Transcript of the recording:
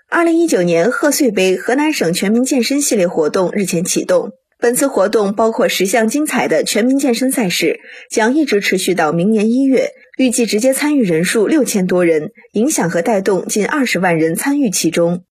2019年贺岁杯河南省全民健身系列活动日前启动，本次活动包括10项精彩的全民健身赛事，将一直持续到明年1月，预计直接参与人数6000多人，影响和带动近20万人参与其中。